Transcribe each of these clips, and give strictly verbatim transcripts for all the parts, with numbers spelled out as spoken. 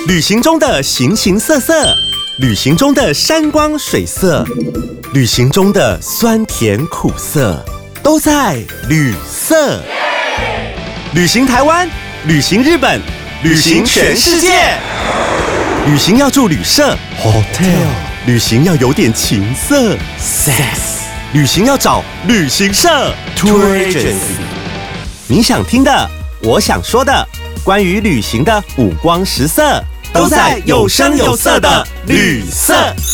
旅行中的形形色色，旅行中的山光水色，旅行中的酸甜苦涩，都在旅色。旅行台湾，旅行日本，旅行全世界。旅行要住旅社 Hotel， 旅行要有点情色 Sex， 旅行要找旅行社 Tour Agency。你想听的，我想说的，关于旅行的五光十色，都在有声有色的旅色。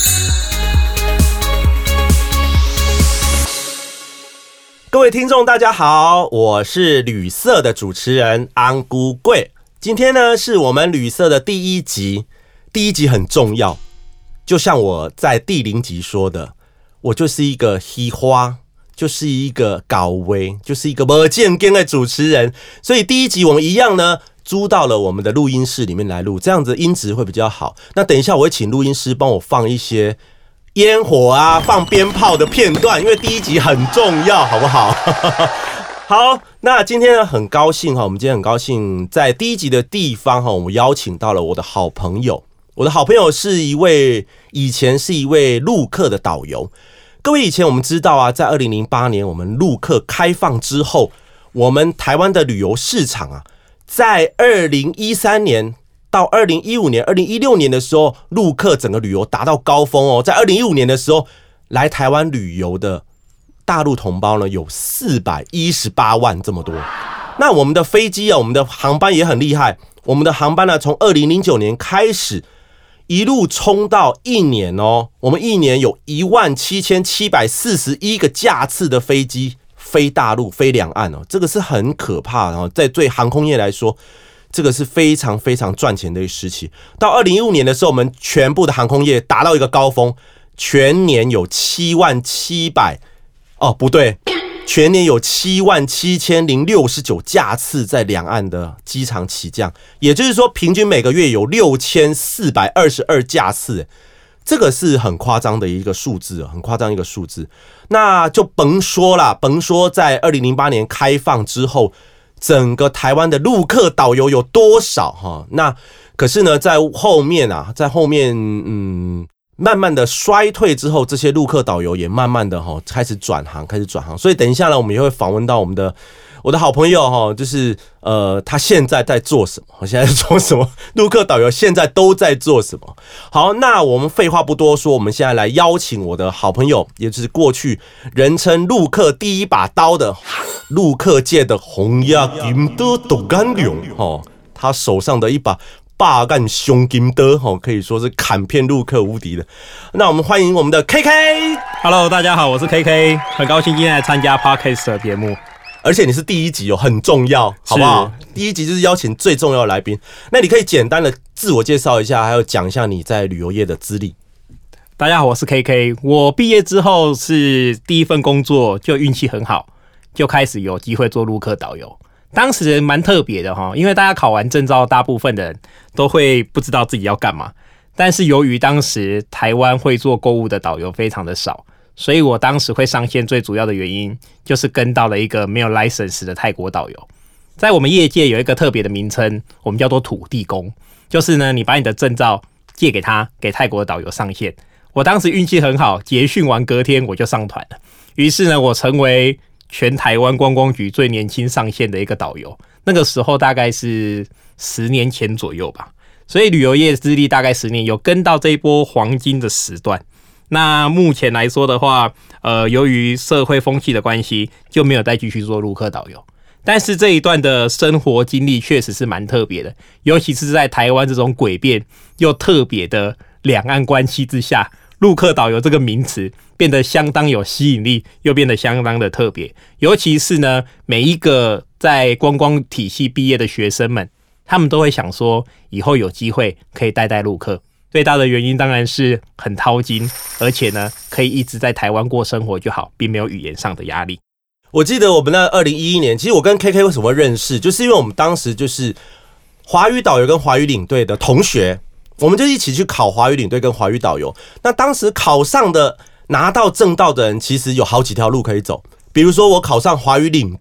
各位听众大家好，我是旅色的主持人安姑贵。今天呢是我们旅色的第一集，第一集很重要，就像我在第零集说的，我就是一个虚花，就是一个搞威，就是一个没见根的主持人，所以第一集我们一样呢租到了我们的录音室里面来录，这样子音质会比较好。那等一下我会请录音师帮我放一些烟火啊，放鞭炮的片段，因为第一集很重要，好不好？好，那今天呢很高兴哈，我们今天很高兴在第一集的地方哈，我们邀请到了我的好朋友，我的好朋友是一位以前是一位陆客的导游。各位以前我们知道啊，在二零零八年我们陆客开放之后，我们台湾的旅游市场啊，在二零一三年到二零一五年、二零一六年的时候，陆客整个旅游达到高峰哦。在二零一五年的时候，来台湾旅游的大陆同胞呢有四百一十八万这么多。那我们的飞机啊，我们的航班也很厉害，我们的航班呢从二零零九年开始一路冲到一年哦，我们一年有一万七千七百四十一个架次的飞机飞大陆、飞两岸哦，这个是很可怕的哦，在对航空业来说，这个是非常非常赚钱的一个时期。到二零一五年的时候，我们全部的航空业达到一个高峰，全年有七万七百哦，不对，全年有七万七千零六十九架次在两岸的机场起降，也就是说，平均每个月有六千四百二十二架次，这个是很夸张的一个数字，很夸张一个数字。那就甭说啦，甭说在二零零八年开放之后，整个台湾的陆客导游有多少哈？那可是呢，在后面啊，在后面嗯。慢慢的衰退之后，这些陆客导游也慢慢的哈开始转行，开始转行。所以等一下呢，我们也会访问到我们的我的好朋友哈，就是呃他现在在做什么？现在在做什么？陆客导游现在都在做什么？好，那我们废话不多说，我们现在来邀请我的好朋友，也就是过去人称陆客第一把刀的陆客界的红亚金的杜干龙哈，他手上的一把霸干胸金的可以说是砍遍陆客无敌的。那我们欢迎我们的 K K。Hello， 大家好，我是 K K， 很高兴今天来参加 Podcast 的节目。 而且你是第一集哦，很重要，好不好？第一集就是邀请最重要的来宾。那你可以简单的自我介绍一下，还有讲一下你在旅游业的资历。 大家好，我是 K K。我毕业之后是第一份工作就运气很好，就开始有机会做陆客导游。当时蛮特别的哈，因为大家考完证照，大部分的人都会不知道自己要干嘛。但是由于当时台湾会做购物的导游非常的少，所以我当时会上线最主要的原因就是跟到了一个没有 license 的泰国导游。在我们业界有一个特别的名称，我们叫做土地公，就是呢，你把你的证照借给他，给泰国的导游上线。我当时运气很好，结训完隔天我就上团了。于是呢，我成为全台湾观光局最年轻上线的一个导游，那个时候大概是十年前左右吧，所以旅游业资历大概十年，有跟到这一波黄金的时段。那目前来说的话，呃，由于社会风气的关系，就没有再继续做陆客导游。但是这一段的生活经历确实是蛮特别的，尤其是在台湾这种诡辩又特别的两岸关系之下，陆客导游这个名词变得相当有吸引力，又变得相当的特别。尤其是呢，每一个在观光体系毕业的学生们，他们都会想说，以后有机会可以带带陆客。最大的原因当然是很掏金，而且呢，可以一直在台湾过生活就好，并没有语言上的压力。 我记得我们那二零一一年，其实我跟 K K 为什么会认识，就是因为我们当时就是华语导游跟华语领队的同学，我们就一起去考华语领队跟华语导游。那当时考上的拿到证照的人，其实有好几条路可以走。比如说我考上华语领队，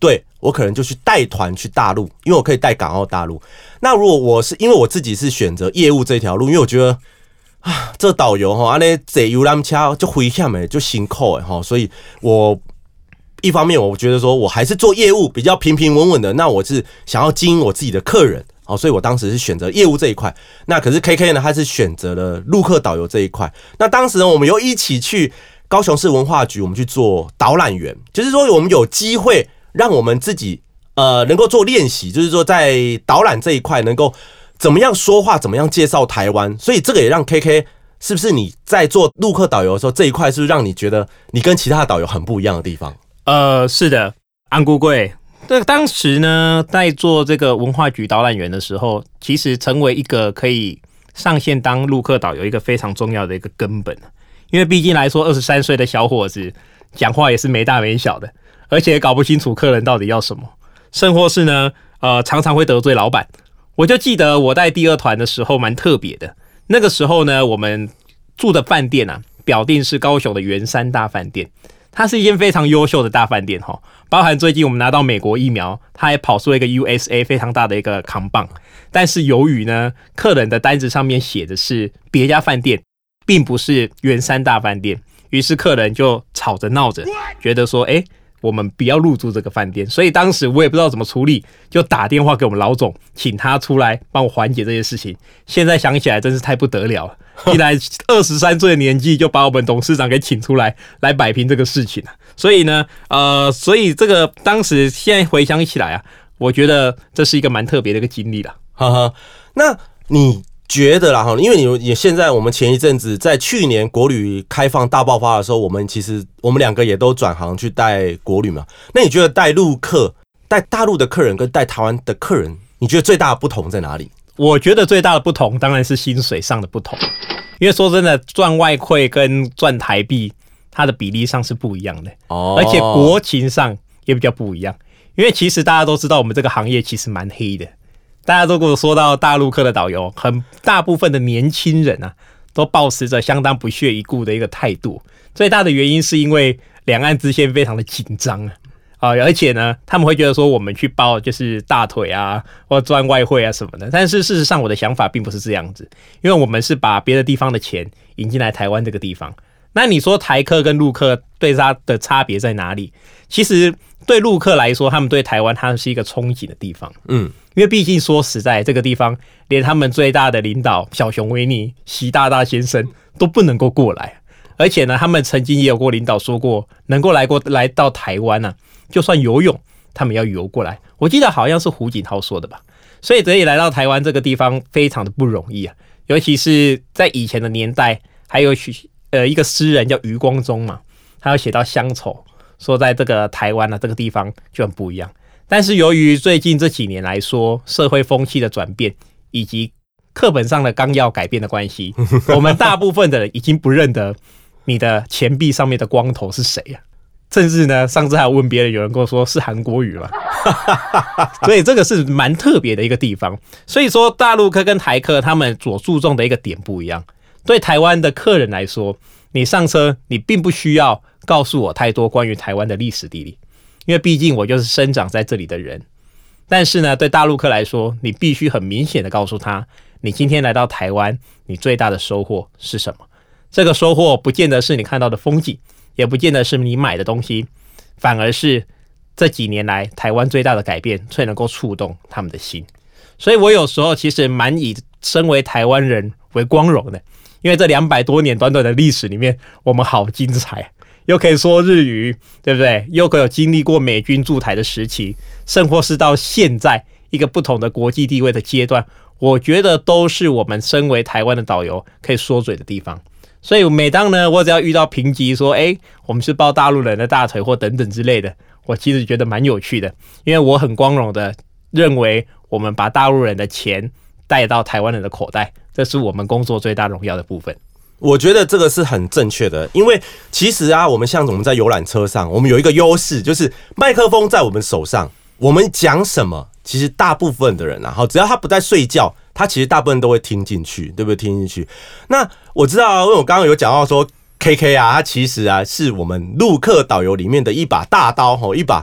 我可能就去带团去大陆，因为我可以带港澳大陆。那如果我是因为我自己是选择业务这条路，因为我觉得啊，这导游哈，安尼坐游览车就危险诶，就辛苦诶哈，所以我一方面我觉得说我还是做业务比较平平稳稳的，那我是想要经营我自己的客人。好，所以我当时是选择业务这一块。那可是 K K 呢，他是选择了陆客导游这一块。那当时呢，我们又一起去高雄市文化局，我们去做导览员，就是说我们有机会让我们自己呃能够做练习，就是说在导览这一块能够怎么样说话，怎么样介绍台湾。所以这个也让 K K 是不是你在做陆客导游的时候，这一块是不是让你觉得你跟其他的导游很不一样的地方？ 呃，是的，安姑贵。对，当时呢，在做这个文化局导览员的时候，其实成为一个可以上线当陆客导游一个非常重要的一个根本。因为毕竟来说，二十三岁的小伙子讲话也是没大没小的，而且搞不清楚客人到底要什么，甚或是呢，呃，常常会得罪老板。我就记得我带第二团的时候蛮特别的，那个时候呢，我们住的饭店啊，表定是高雄的圆山大饭店。它是一间非常优秀的大饭店，包含最近我们拿到美国疫苗，它还跑出了一个 U S A 非常大的一个扛棒。但是由于呢，客人的单子上面写的是别家饭店，并不是圆山大饭店，于是客人就吵着闹着，觉得说，哎、欸，我们不要入住这个饭店。所以当时我也不知道怎么处理，就打电话给我们老总，请他出来帮我缓解这些事情。现在想起来真是太不得了了。竟然二十三岁的年纪就把我们董事长给请出来，来摆平这个事情。所以呢，呃，所以这个当时现在回想起来啊，我觉得这是一个蛮特别的一个经历啦。 哈哈，那你觉得啦哈？因为你也现在我们前一阵子在去年国旅开放大爆发的时候，我们其实我们两个也都转行去带国旅嘛。那你觉得带陆客、带大陆的客人跟带台湾的客人，你觉得最大的不同在哪里？ 我觉得最大的不同当然是薪水上的不同，因为说真的，赚外汇跟赚台币，它的比例上是不一样的，哦，而且国情上也比较不一样。因为其实大家都知道，我们这个行业其实蛮黑的。大家都跟我说到大陆客的导游，很大部分的年轻人啊，都抱持着相当不屑一顾的一个态度。最大的原因是因为两岸之间非常的紧张啊。啊，而且呢，他们会觉得说我们去包就是大腿啊，或赚外汇啊什么的。但是事实上，我的想法并不是这样子，因为我们是把别的地方的钱引进来台湾这个地方。那你说台客跟陆客对它的差别在哪里？其实对陆客来说，他们对台湾它是一个憧憬的地方。嗯，因为毕竟说实在，这个地方连他们最大的领导小熊维尼习大大先生都不能够过来。而且呢，他们曾经也有过领导说过，能够来过来到台湾啊，就算游泳，他们要游过来。我记得好像是胡锦涛说的吧。所以这里来到台湾这个地方非常的不容易啊，尤其是在以前的年代，还有呃一个诗人叫余光中嘛，他有写到乡愁，说在这个台湾啊这个地方就很不一样。但是由于最近这几年来说，社会风气的转变以及课本上的纲要改变的关系，我们大部分的人已经不认得你的钱币上面的光头是谁啊？甚至呢，上次还有问别人，有人跟我说是韩国语嘛，所以这个是蛮特别的一个地方。所以说，大陆客跟台客他们所注重的一个点不一样。对台湾的客人来说，你上车，你并不需要告诉我太多关于台湾的历史地理，因为毕竟我就是生长在这里的人。但是呢，对大陆客来说，你必须很明显的告诉他，你今天来到台湾，你最大的收获是什么？这个收获不见得是你看到的风景，也不见得是你买的东西，反而是这几年来台湾最大的改变，最能够触动他们的心。所以我有时候其实蛮以身为台湾人为光荣的，因为这两百多年短短的历史里面，我们好精彩，又可以说日语，对不对？又可以有经历过美军驻台的时期，甚或是到现在一个不同的国际地位的阶段，我觉得都是我们身为台湾的导游可以说嘴的地方。所以每当呢，我只要遇到评级说，哎，我们是抱大陆人的大腿或等等之类的，我其实觉得蛮有趣的，因为我很光荣的认为，我们把大陆人的钱带到台湾人的口袋，这是我们工作最大荣耀的部分。 我觉得这个是很正确的，因为其实啊，我们像我们在游览车上，我们有一个优势，就是麦克风在我们手上，我们讲什么，其实大部分的人啊，只要他不在睡觉，他其实大部分都会听进去，对不对？听进去。那我知道啊，因为我刚刚有讲到说 ，K K 啊，他其实啊是我们陆客导游里面的一把大刀，一把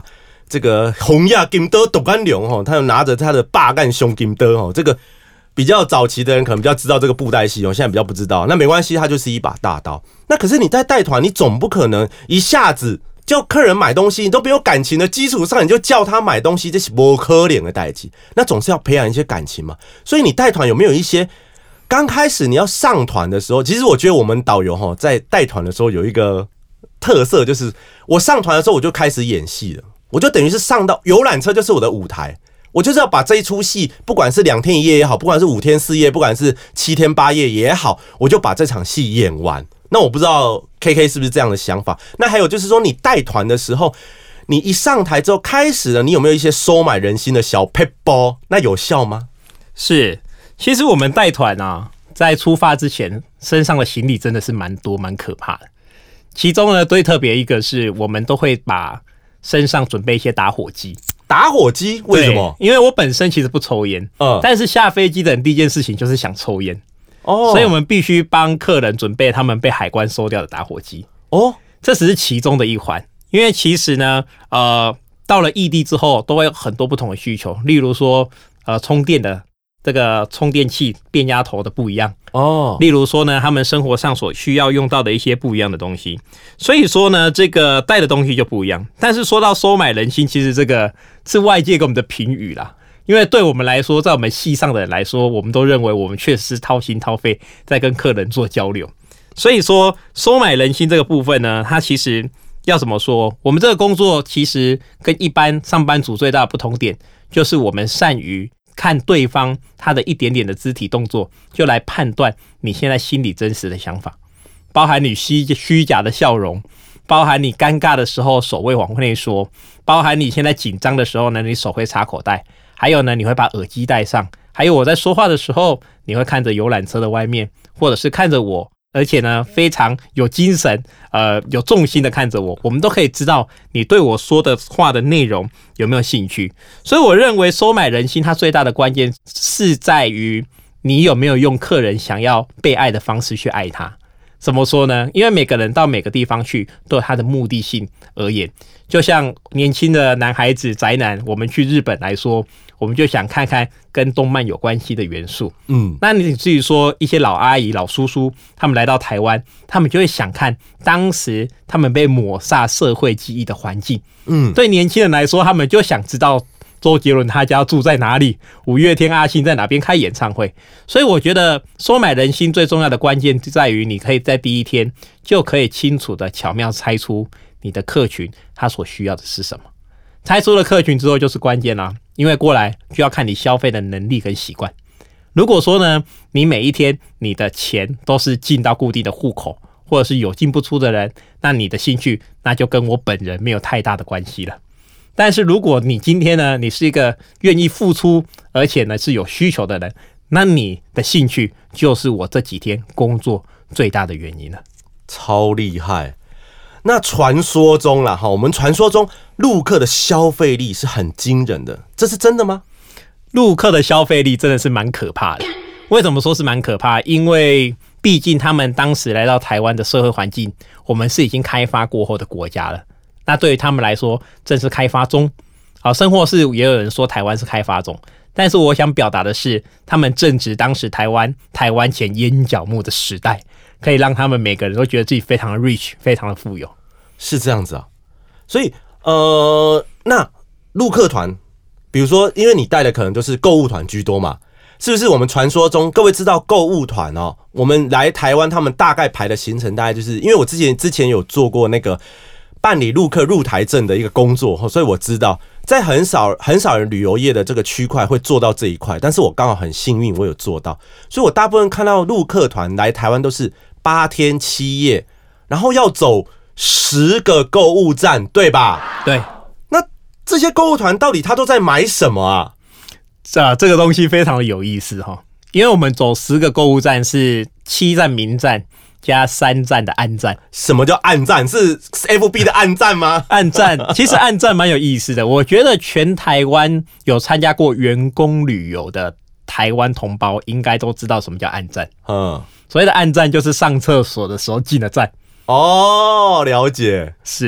这个红亚金刀斗干龙哦，他拿着他的霸干胸金刀哦，这个比较早期的人可能比较知道这个布袋戏哦，现在比较不知道。那没关系，它就是一把大刀。那可是你在带团，你总不可能一下子叫客人买东西，你都没有感情的基础上，你就叫他买东西，这是不可怜的代志。那总是要培养一些感情嘛。所以你带团有没有一些刚开始你要上团的时候，其实我觉得我们导游哈在带团的时候有一个特色，就是我上团的时候我就开始演戏了，我就等于是上到游览车就是我的舞台。我就是要把这一出戏，不管是两天一夜也好，不管是五天四夜，不管是七天八夜也好，我就把这场戏演完。那我不知道 K K 是不是这样的想法？那还有就是说，你带团的时候，你一上台之后开始了，你有没有一些收买人心的小撇步？那有效吗？ 是，其实我们带团啊，在出发之前，身上的行李真的是蛮多、蛮可怕的。其中呢，最特别一个是我们都会把身上准备一些打火机。 打火机为什么？ 因为我本身其实不抽烟，嗯，但是下飞机的人第一件事情就是想抽烟，哦，所以我们必须帮客人准备他们被海关收掉的打火机。哦，这只是其中的一环，因为其实呢，呃，到了异地之后，都会有很多不同的需求，例如说，呃，充电的这个充电器变压头的不一样哦，例如说呢，他们生活上所需要用到的一些不一样的东西，所以说呢，这个带的东西就不一样。但是说到收买人心，其实这个是外界给我们的评语啦，因为对我们来说，在我们系上的人来说，我们都认为我们确实是掏心掏肺在跟客人做交流。所以说，收买人心这个部分呢，它其实要怎么说？我们这个工作其实跟一般上班族最大的不同点，就是我们善于看对方他的一点点的肢体动作，就来判断你现在心里真实的想法，包含你虚虚假的笑容，包含你尴尬的时候手会往内缩，包含你现在紧张的时候呢，你手会插口袋，还有呢，你会把耳机戴上，还有我在说话的时候，你会看着游览车的外面，或者是看着我，而且呢，非常有精神，呃，有重心的看着我，我们都可以知道你对我说的话的内容有没有兴趣。所以我认为收买人心，它最大的关键是在于你有没有用客人想要被爱的方式去爱他。怎么说呢？因为每个人到每个地方去都有他的目的性而言，就像年轻的男孩子宅男，我们去日本来说，我们就想看看跟动漫有关系的元素。嗯，那你至于说一些老阿姨、老叔叔，他们来到台湾，他们就会想看当时他们被抹煞社会记忆的环境。嗯，对年轻人来说，他们就想知道周杰伦他家住在哪里，五月天阿信在哪边开演唱会。所以我觉得收买人心最重要的关键在于，你可以在第一天就可以清楚的巧妙猜出你的客群他所需要的是什么。猜出了客群之后就是关键啦，因为过来就要看你消费的能力跟习惯。如果说呢，你每一天你的钱都是进到固定的户口，或者是有进不出的人，那你的兴趣那就跟我本人没有太大的关系了。但是如果你今天呢，你是一个愿意付出，而且呢是有需求的人，那你的兴趣就是我这几天工作最大的原因了。 超厉害！那传说中啦，我们传说中陆客的消费力是很惊人的，这是真的吗？ 陆客的消费力真的是蛮可怕的。为什么说是蛮可怕？因为毕竟他们当时来到台湾的社会环境，我们是已经开发过后的国家了。那对于他们来说，正是开发中。好，甚或是也有人说台湾是开发中，但是我想表达的是，他们正值当时台湾台湾前烟角木的时代，可以让他们每个人都觉得自己非常的 rich， 非常的富有。 是这样子啊。所以呃，那陆客团，比如说，因为你带的可能就是购物团居多嘛，是不是？我们传说中，各位知道购物团哦，我们来台湾，他们大概排的行程大概就是，因为我之前之前有做过那个办理陆客入台证的一个工作，所以我知道在很少很少人旅游业的这个区块会做到这一块，但是我刚好很幸运，我有做到，所以我大部分看到陆客团来台湾都是八天七夜，然后要走十个购物站，对吧？ 对。 那这些购物团到底他都在买什么啊？ 这这个东西非常的有意思哈，因为我们走十个购物站是七站民站加三站的暗站。 什么叫暗站？是 F B 的暗站吗？ 暗站其实暗站蛮有意思的，我觉得全台湾有参加过员工旅游的台湾同胞应该都知道什么叫暗站。嗯，所谓的暗站就是上厕所的时候进的站。 哦，了解。 是。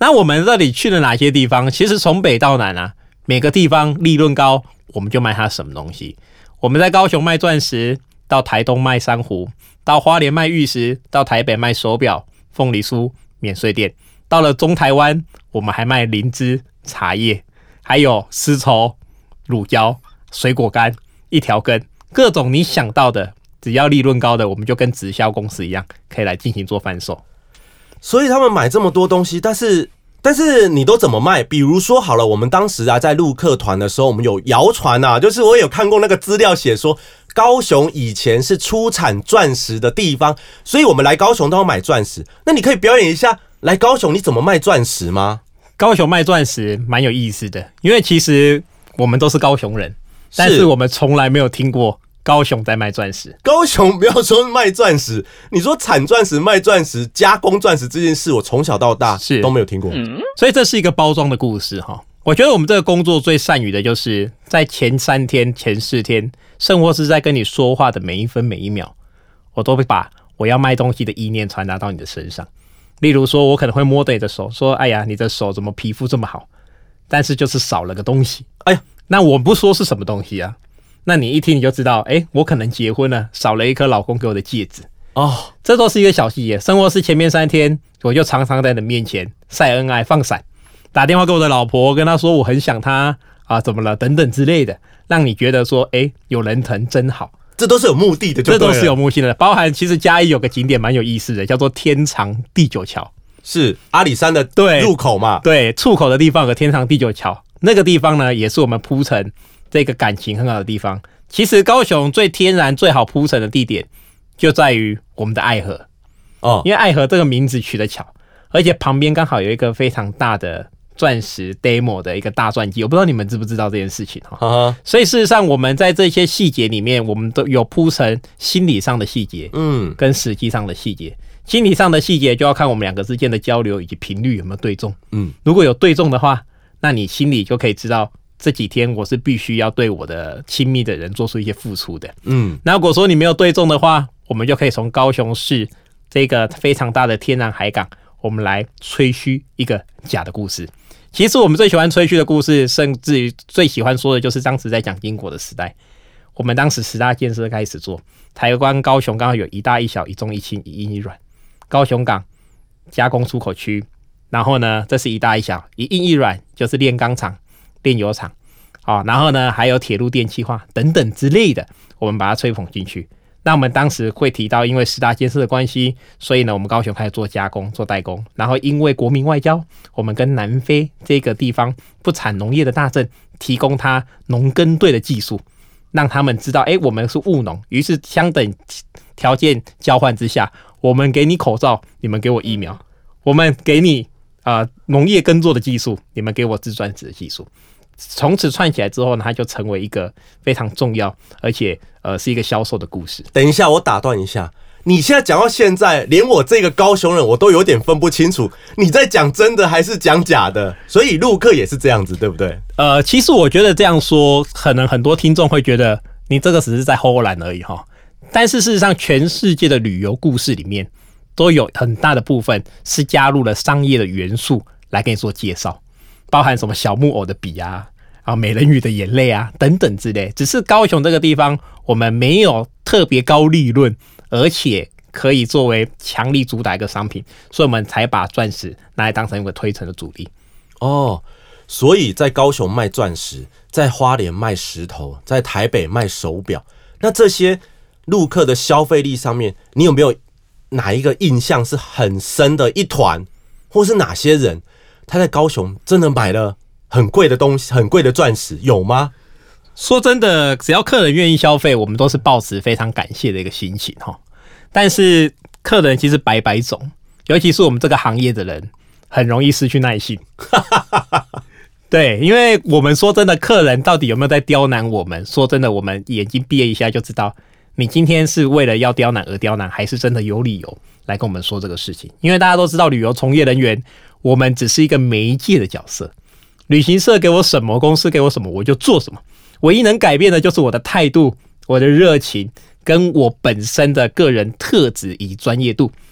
那我们这里去了哪些地方？其实从北到南啊，每个地方利润高，我们就卖它什么东西。我们在高雄卖钻石，到台东卖珊瑚，到花莲卖玉石，到台北卖手表、凤梨酥、免税店。到了中台湾，我们还卖灵芝、茶叶，还有丝绸、乳胶、水果干、一条根，各种你想到的，只要利润高的，我们就跟直销公司一样，可以来进行做贩售。 所以他们买这么多东西，但是但是你都怎么卖？比如说好了，我们当时啊在陆客团的时候，我们有谣传啊，就是我有看过那个资料写说，高雄以前是出产钻石的地方，所以我们来高雄都要买钻石。那你可以表演一下来高雄你怎么卖钻石吗？ 高雄卖钻石蛮有意思的，因为其实我们都是高雄人，但是我们从来没有听过高雄在卖钻石。 高雄不要说卖钻石，你说产钻石、卖钻石、加工钻石这件事，我从小到大都没有听过。 所以这是一个包装的故事哈。我觉得我们这个工作最善于的就是在前三天、前四天，甚或是在跟你说话的每一分每一秒，我都会把我要卖东西的意念传达到你的身上。例如说，我可能会摸着你的手说：“哎呀，你的手怎么皮肤这么好？”但是就是少了个东西。哎呀，那我不说是什么东西啊？那你一听你就知道，哎，我可能结婚了，少了一颗老公给我的戒指哦。这都是一个小细节。生活是前面三天，我就常常在你面前晒恩爱、放闪，打电话给我的老婆，跟她说我很想她啊，怎么了等等之类的，让你觉得说，哎，有人疼真好。 这都是有目的的就对了， 这都是有目的的。包含其实嘉义有个景点蛮有意思的，叫做天长地久桥， 是阿里山的入口嘛？ 对，出口的地方有个天长地久桥，那个地方呢，也是我们铺陈这个感情很好的地方。其实高雄最天然、最好铺陈的地点，就在于我们的爱河哦，因为爱河这个名字取得巧，而且旁边刚好有一个非常大的钻石 demo 的一个大钻机，我不知道你们知不知道这件事情哈。所以事实上，我们在这些细节里面，我们都有铺成心理上的细节，嗯，跟实际上的细节。心理上的细节就要看我们两个之间的交流以及频率有没有对中，嗯，如果有对中的话，那你心里就可以知道这几天我是必须要对我的亲密的人做出一些付出的，嗯。那如果说你没有对中的话，我们就可以从高雄市这个非常大的天然海港，我们来吹嘘一个假的故事。其实我们最喜欢吹嘘的故事，甚至于最喜欢说的就是当时在蒋经国的时代，我们当时十大建设开始做，台湾高雄刚好有一大一小、一重一轻、一硬一软，高雄港加工出口区，然后呢，这是一大一小，一硬一软就是炼钢厂、炼油厂，好，然后呢还有铁路电气化等等之类的，我们把它吹捧进去。那我们当时会提到，因为十大建设的关系，所以呢，我们高雄开始做加工、做代工。然后因为国民外交，我们跟南非这个地方不产农业的大镇提供他农耕队的技术，让他们知道，哎，我们是务农。于是相等条件交换之下，我们给你口罩，你们给我疫苗；我们给你呃农业耕作的技术，你们给我制钻石的技术。从此串起来之后呢，它就成为一个非常重要，而且呃是一个销售的故事。 等一下，我打断一下，你现在讲到现在，连我这个高雄人我都有点分不清楚，你在讲真的还是讲假的？所以陆客也是这样子，对不对？ 呃，其实我觉得这样说，可能很多听众会觉得你这个只是在唬烂而已哈。但是事实上，全世界的旅游故事里面，都有很大的部分是加入了商业的元素来给你做介绍。包含什么小木偶的笔啊，啊美人鱼的眼泪啊等等之类，只是高雄这个地方我们没有特别高利润，而且可以作为强力主打一个商品，所以我们才把钻石拿来当成一个推陈的主力。 哦，所以在高雄卖钻石，在花莲卖石头，在台北卖手表，那这些陆客的消费力上面，你有没有哪一个印象是很深的一团，或是哪些人？他在高雄真的买了很贵的东西，很贵的钻石，有吗？ 说真的，只要客人愿意消费，我们都是抱持非常感谢的一个心情哈。但是客人其实百百种，尤其是我们这个行业的人，很容易失去耐性。对，因为我们说真的，客人到底有没有在刁难我们？说真的，我们眼睛闭一下就知道，你今天是为了要刁难而刁难，还是真的有理由来跟我们说这个事情？因为大家都知道，旅游从业人员，我们只是一个媒介的角色，旅行社给我什么，公司给我什么，我就做什么。唯一能改变的就是我的态度、我的热情，跟我本身的个人特质以及专业度。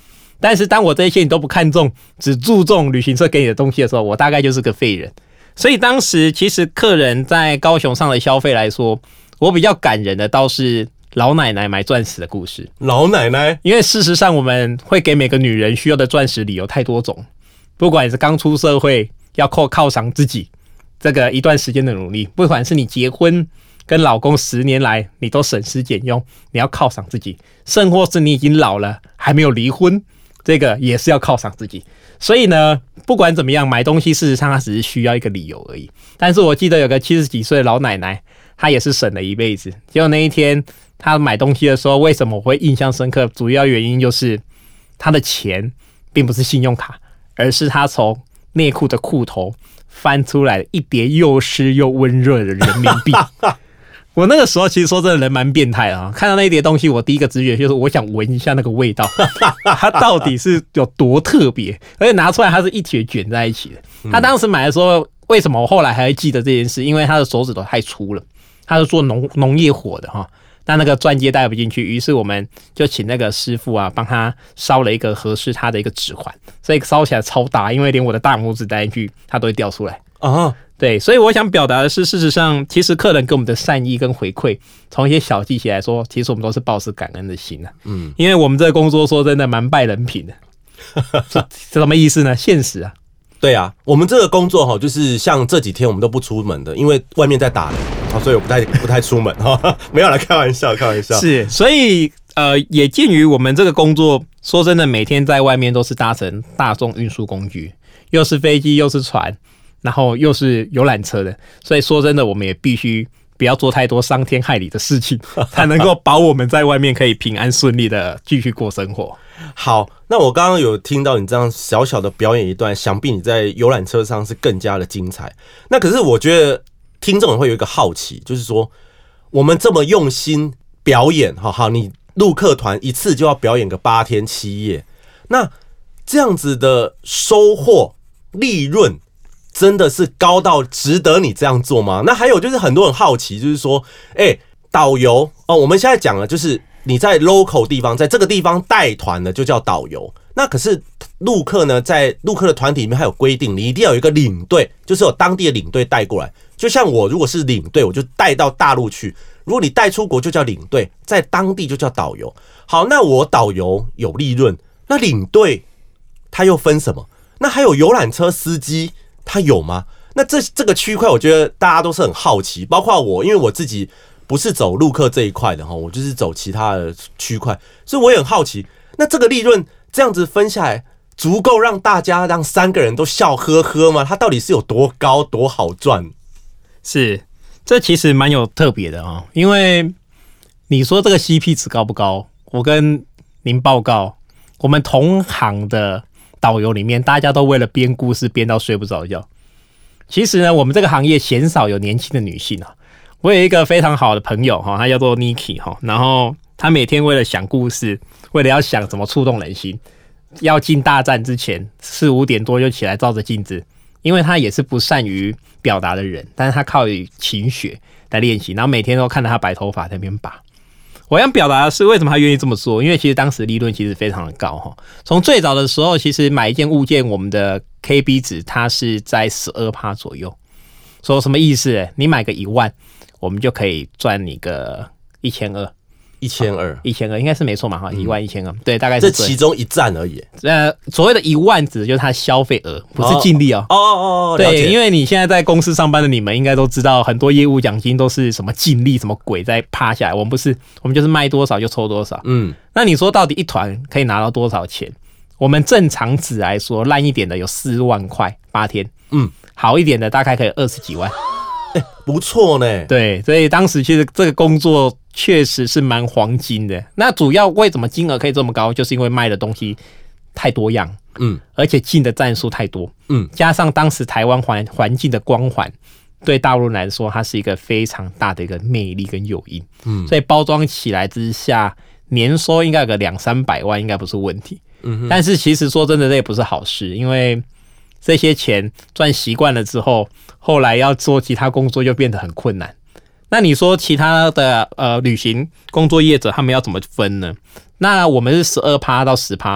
但是当我这些你都不看重，只注重旅行社给你的东西的时候，我大概就是个废人。所以当时其实客人在高雄上的消费来说，我比较感人的倒是老奶奶买钻石的故事。 老奶奶， 因为事实上我们会给每个女人需要的钻石理由太多种，不管是刚出社会要靠犒赏自己这个一段时间的努力，不管是你结婚跟老公十年来你都省吃俭用，你要犒赏自己，甚或是你已经老了还没有离婚，这个也是要犒赏自己。所以呢，不管怎么样，买东西事实上它只是需要一个理由而已。但是我记得有个七十几岁的老奶奶，她也是省了一辈子。结果那一天她买东西的时候，为什么我会印象深刻？主要原因就是她的钱并不是信用卡，而是她从内裤的裤头翻出来一叠又湿又温热的人民币。我那个时候其实说真的人蛮变态啊，看到那一叠东西，我第一个直觉就是我想闻一下那个味道，它到底是有多特别，而且拿出来它是一帖卷在一起的。他当时买的时候，为什么我后来还会记得这件事？因为他的手指头太粗了，他是做农农业火的哈，那那个钻戒带不进去，于是我们就请那个师傅啊帮他烧了一个合适他的一个指环，所以烧起来超大，因为连我的大拇指戴进去它都会掉出来啊。对，所以我想表达的是，事实上，其实客人给我们的善意跟回馈，从一些小细节来说，其实我们都是抱持感恩的心啊。嗯，因为我们这个工作说真的蛮败人品的，这什么意思呢？现实啊。 对啊，我们这个工作哈，就是像这几天我们都不出门的，因为外面在打雷，所以我不太不太出门哈。没有啦，开玩笑，开玩笑。 是，所以呃，也鉴于我们这个工作，说真的，每天在外面都是搭乘大众运输工具，又是飞机，又是船。然后又是游览车的，所以说真的，我们也必须不要做太多伤天害理的事情，才能够保我们在外面可以平安顺利的继续过生活。 好，那我刚刚有听到你这样小小的表演一段，想必你在游览车上是更加的精彩。那可是我觉得听众会有一个好奇，就是说我们这么用心表演，好好，你陆客团一次就要表演个八天七夜，那这样子的收获利润真的是高到值得你这样做吗？那还有就是很多人好奇，就是说，哎、欸，导游哦，我们现在讲了，就是你在 local 地方，在这个地方带团的就叫导游。那可是陆客呢，在陆客的团体里面还有规定，你一定要有一个领队，就是有当地的领队带过来。就像我如果是领队，我就带到大陆去；如果你带出国，就叫领队，在当地就叫导游。好，那我导游有利润，那领队他又分什么？那还有游览车司机。他有吗？那这这个区块，我觉得大家都是很好奇，包括我，因为我自己不是走陆客这一块的哈，我就是走其他的区块，所以我也很好奇。那这个利润这样子分下来，足够让大家让三个人都笑呵呵吗？它到底是有多高多好赚？ 是，这其实蛮有特别的哦，因为你说这个 C P 值高不高？我跟您报告，我们同行的导游里面，大家都为了编故事编到睡不着觉。其实呢，我们这个行业鲜少有年轻的女性啊。我有一个非常好的朋友哈，他叫做 Niki 哈，然后他每天为了想故事，为了要想怎么触动人心，要进大战之前四五点多就起来照着镜子，因为他也是不善于表达的人，但是他靠勤学来练习，然后每天都看着他白头发在那边拔。我想表达的是为什么他愿意这么做，因为其实当时利润其实非常的高哈。从最早的时候，其实买一件物件，我们的 K B 值它是在 百分之十二 左右。说什么意思？你买个一万，我们就可以赚你个一千二。 一千二， 一千二应该是没错嘛哈，一万一千二，对，大概是这其中一站而已。 呃，所谓的一万指的就是它的消费额，不是净利哦。 哦哦哦， 对，因为你现在在公司上班的你们应该都知道，很多业务奖金都是什么净利，什么鬼在趴下来。我们不是，我们就是卖多少就抽多少。嗯，那你说到底一团可以拿到多少钱？我们正常值来说，烂一点的有四万块八天，嗯，好一点的大概可以二十几万。 欸、不错呢。 对，所以当时其实这个工作确实是蛮黄金的。那主要为什么金额可以这么高，就是因为卖的东西太多样，嗯，而且进的战术太多，嗯，加上当时台湾环环境的光环，对大陆人来说，它是一个非常大的一个魅力跟诱因，嗯，所以包装起来之下，年收应该有个两三百万，应该不是问题。嗯，但是其实说真的，这也不是好事，因为这些钱赚习惯了之后，后来要做其他工作就变得很困难。那你说其他的呃旅行工作业者他们要怎么分呢？那我们是 百分之十二 到 百分之十，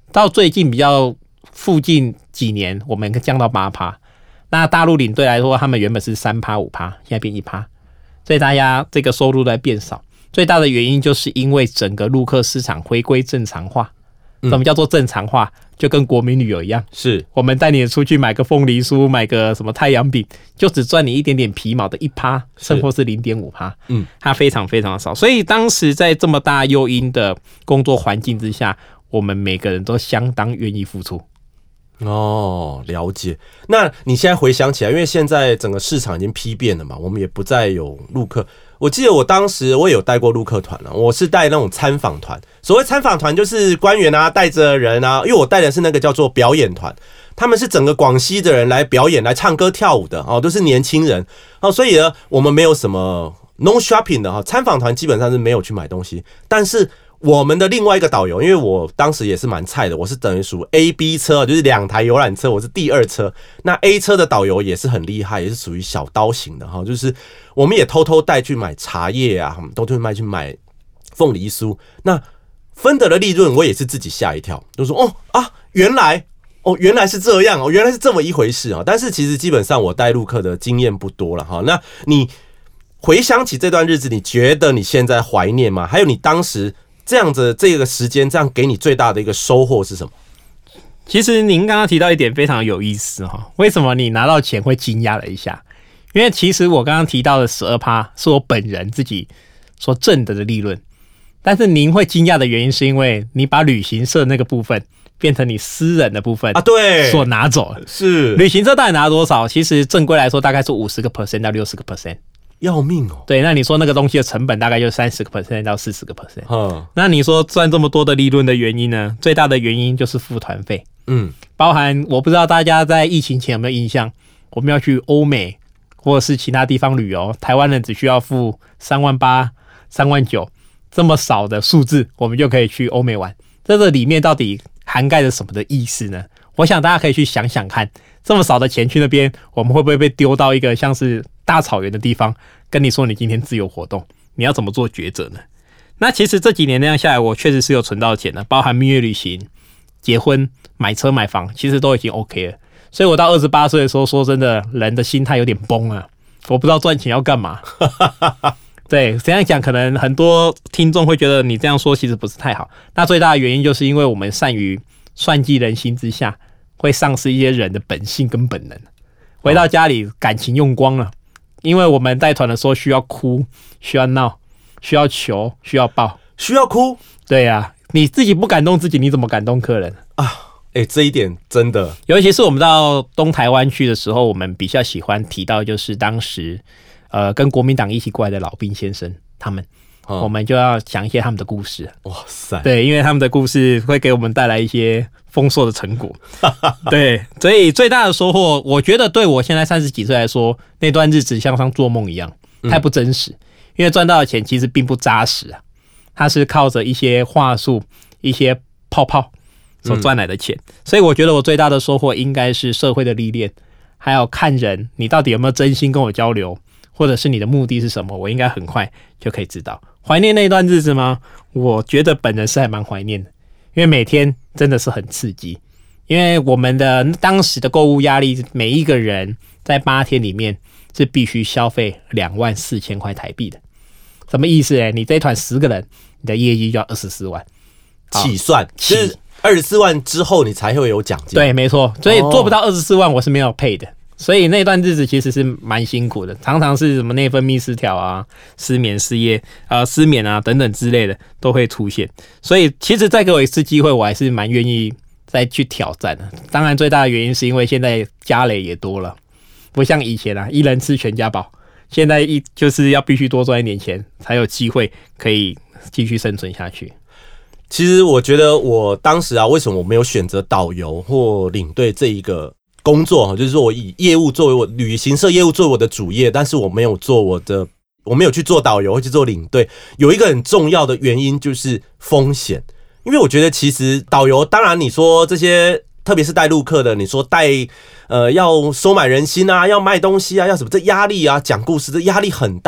到最近比较附近几年，我们降到八趴。那大陆领队来说，他们原本是三趴五趴，现在变一趴，所以大家这个收入在变少。最大的原因就是因为整个陆客市场回归正常化。什么叫做正常化？就跟国民旅游一样， 是我们带你出去买个凤梨酥，买个什么太阳饼，就只赚你一点点皮毛的一趴，甚或是零点五趴，嗯，它非常非常少。所以当时在这么大诱因的工作环境之下，我们每个人都相当愿意付出。 哦，了解。那你现在回想起来，因为现在整个市场已经批变了嘛，我们也不再有陆客。我记得我当时我也有带过陆客团了，我是带那种参访团。所谓参访团，就是官员啊带着人啊，因为我带的是那个叫做表演团，他们是整个广西的人来表演、来唱歌跳舞的哦，都是年轻人哦，所以呢，我们没有什么 no shopping 的哈。参访团基本上是没有去买东西，但是我们的另外一个导游，因为我当时也是蛮菜的，我是等于属 A、B 车，就是两台游览车，我是第二车。那 A 车的导游也是很厉害，也是属于小刀型的哈，就是我们也偷偷带去买茶叶啊，偷偷卖去买凤梨酥。那分得的利润，我也是自己吓一跳，就说哦啊，原来哦原来是这样哦，原来是这么一回事啊。但是其实基本上我带陆客的经验不多了哈。那你回想起这段日子，你觉得你现在怀念吗？还有你当时这样子这个时间，这样给你最大的一个收获是什么？ 其实您刚刚提到一点非常有意思哈，为什么你拿到钱会惊讶了一下？因为其实我刚刚提到的 百分之十二 是我本人自己所挣得的利润，但是您会惊讶的原因是因为你把旅行社那个部分变成你私人的部分啊，对， 所拿走了。 是旅行社到底拿多少？其实正规来说大概是 百分之五十 到 百分之六十 到 百分之六十。 要命哦！ 对，那你说那个东西的成本大概就 百分之三十 到 百分之四十。 嗯， 那你说赚这么多的利润的原因呢？最大的原因就是付团费。嗯，包含我不知道大家在疫情前有没有印象，我们要去欧美或者是其他地方旅游，台湾人只需要付三万八、三万九这么少的数字，我们就可以去欧美玩。这个里面到底涵盖了什么的意思呢？我想大家可以去想想看，这么少的钱去那边，我们会不会被丢到一个像是大草原的地方，跟你说你今天自由活动，你要怎么做抉择呢？那其实这几年那样下来，我确实是有存到钱的，包含蜜月旅行、结婚、买车、买房，其实都已经 OK 了。所以我到二十八岁的时候，说真的，人的心态有点崩啊，我不知道赚钱要干嘛。对，这样讲可能很多听众会觉得你这样说其实不是太好。那最大的原因就是因为我们善于算计人心之下，会丧失一些人的本性跟本能。回到家里，感情用光了，因为我们带团的时候需要哭，需要闹，需要求，需要抱， 需要哭。 对啊，你自己不感动自己，你怎么感动客人啊？哎、欸，这一点真的， 尤其是我们到东台湾去的时候，我们比较喜欢提到就是当时呃跟国民党一起过来的老兵先生他们。我们就要讲一些他们的故事。 哇塞！ 对，因为他们的故事会给我们带来一些丰硕的成果。对，所以最大的收获，我觉得对我现在三十几岁来说，那段日子像像做梦一样，太不真实。嗯、因为赚到的钱其实并不扎实啊，它是靠着一些话术、一些泡泡所赚来的钱。嗯、所以我觉得我最大的收获应该是社会的历练，还有看人，你到底有没有真心跟我交流，或者是你的目的是什么，我应该很快就可以知道。怀念那一段日子吗？我觉得本人是还蛮怀念的，因为每天真的是很刺激。因为我们的当时的购物压力，每一个人在八天里面是必须消费两万四千块台币的。什么意思呢？你这一团十个人，你的业绩就要二十四万起算，就是二十四万之后你才会有奖金。 对，没错。所以做不到二十四万，我是没有配的。所以那段日子其实是蛮辛苦的，常常是什么内分泌失调啊、失眠、失业、呃、失眠啊等等之类的都会出现。所以其实再给我一次机会，我还是蛮愿意再去挑战的。当然最大的原因是因为现在家累也多了，不像以前啊，一人吃全家饱。现在一就是要必须多赚一点钱，才有机会可以继续生存下去。 其实我觉得我当时啊，为什么我没有选择导游或领队这一个工作，就是说我以业务作为我旅行社业务作为我的主业，但是我没有做我的，我没有去做导游或去做领队。有一个很重要的原因就是风险，因为我觉得其实导游，当然你说这些，特别是带陆客的，你说带呃要收买人心啊，要卖东西啊，要什么，这压力啊，讲故事这压力很大。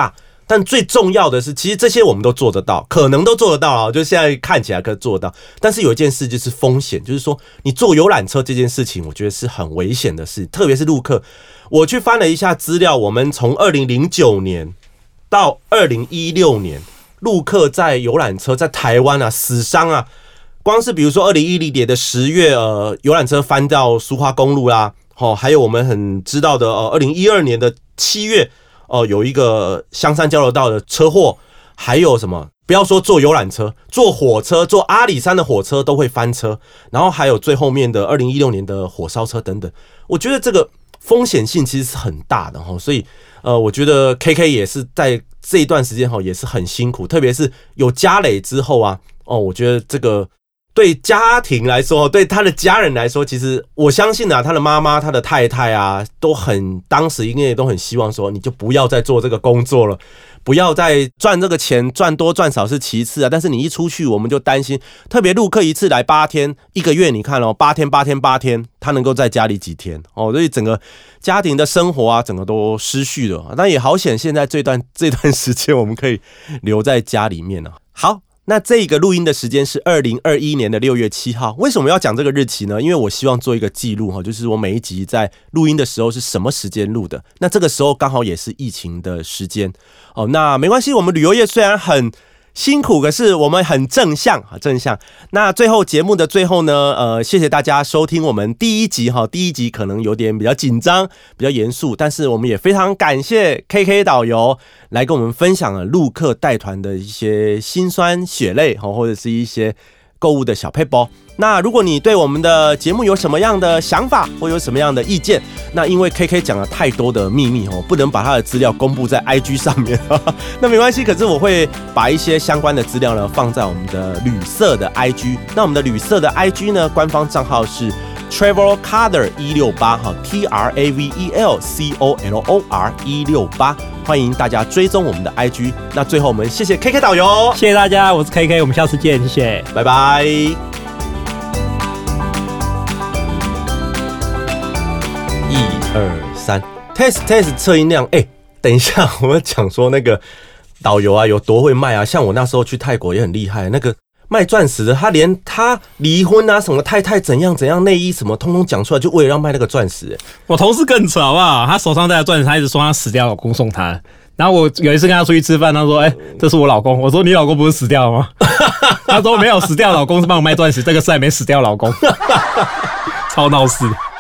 但最重要的是，其实这些我们都做得到，可能都做得到啊，就现在看起来可以做得到。但是有一件事就是风险，就是说你坐游览车这件事情，我觉得是很危险的事，特别是陆客。我去翻了一下资料，我们从二零零九年到二零一六年，陆客在游览车在台湾啊死伤啊，光是比如说二零一零年的十月，呃，游览车翻到苏花公路啦，哦，还有我们很知道的，呃，二零一二年的七月。哦，有一个香山交流道的车祸，还有什么？不要说坐游览车，坐火车，坐阿里山的火车都会翻车，然后还有最后面的二零一六年的火烧车等等。我觉得这个风险性其实是很大的哈，所以呃，我觉得 K K 也是在这一段时间哈也是很辛苦，特别是有家累之后啊，哦，我觉得这个。对家庭来说，对他的家人来说，其实我相信啊，他的妈妈、他的太太啊，都很当时应该都很希望说，你就不要再做这个工作了，不要再赚这个钱，赚多赚少是其次啊。但是你一出去，我们就担心，特别陆客一次来八天，一个月，你看哦，八天八天八天，他能够在家里几天哦？所以整个家庭的生活啊，整个都失序了。但也好险，现在这段这段时间我们可以留在家里面啊。好。那这个录音的时间是二零二一年的六月七号。为什么要讲这个日期呢？因为我希望做一个记录哈，就是我每一集在录音的时候是什么时间录的。那这个时候刚好也是疫情的时间哦。那没关系，我们旅游业虽然很辛苦，可是我们很正向啊，正向。那最后节目的最后呢，呃，谢谢大家收听我们第一集哈。第一集可能有点比较紧张，比较严肃，但是我们也非常感谢 K K 导游来跟我们分享了陆客带团的一些辛酸血泪哈，或者是一些购物的小撇步。那如果你对我们的节目有什么样的想法或有什么样的意见，那因为 K K 讲了太多的秘密哦，不能把他的资料公布在 I G 上面，那没关系，可是我会把一些相关的资料呢放在我们的旅社的 I G。那我们的旅社的 I G 呢，官方账号是 Travel Color 一六八哈 ，T R A V E L C O L O R 一六八，欢迎大家追踪我们的 I G。那最后我们谢谢 K K 导游， 谢谢大家，我是 K K， 我们下次见，谢谢， 拜拜。一二三 ，test test 测音量。哎、欸，等一下，我们讲说那个导游啊，有多会卖啊？像我那时候去泰国也很厉害，那个卖钻石的，他连他离婚啊，什么太太怎样怎样，内衣什么，通通讲出来，就为了要卖那个钻石、欸。 我同事更扯好不好？他手上戴的钻石，他一直说他死掉老公送他。然后我有一次跟他出去吃饭，他说：“哎、欸，这是我老公。”我说：“你老公不是死掉了吗？”他说：“没有死掉，老公是帮我卖钻石，这个是还没死掉老公。”超闹事。